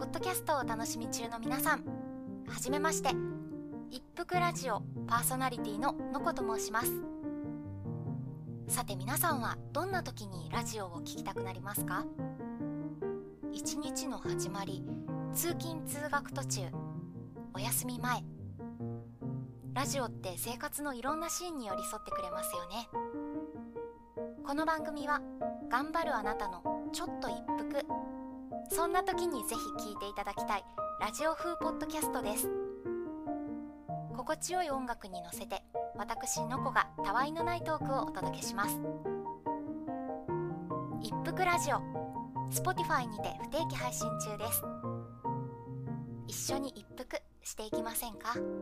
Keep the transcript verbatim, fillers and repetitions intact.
ッドキャストをお楽しみ中の皆さん、はじめまして。一服ラジオパーソナリティののこと申します。さて皆さんはどんな時にラジオを聞きたくなりますか？一日の始まり、通勤通学途中、お休み前。ラジオって生活のいろんなシーンに寄り添ってくれますよね。この番組は頑張るあなたのちょっと一服、そんな時にぜひ聞いていただきたいラジオ風ポッドキャストです。心地よい音楽に乗せて私のこがたわいのないトークをお届けします。一服ラジオ Spotify にて不定期配信中です。一緒に一服していきませんか？